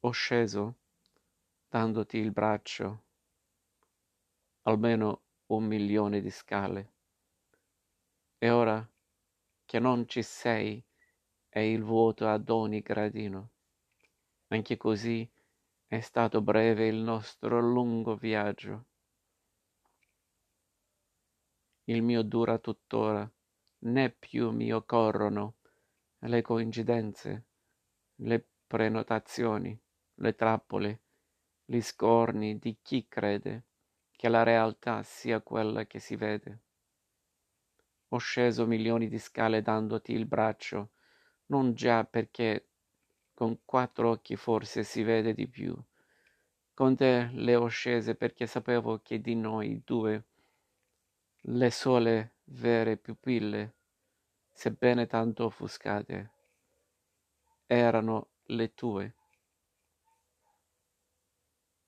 Ho sceso dandoti il braccio, almeno 1 milione di scale, e ora che non ci sei è il vuoto ad ogni gradino. Anche così è stato breve il nostro lungo viaggio. Il mio dura tuttora, né più mi occorrono le coincidenze, le prenotazioni, le trappole, gli scorni di chi crede che la realtà sia quella che si vede. Ho sceso milioni di scale dandoti il braccio, non già perché con 4 occhi forse si vede di più. Con te le ho scese perché sapevo che di noi due le sole vere pupille, sebbene tanto offuscate, erano le tue.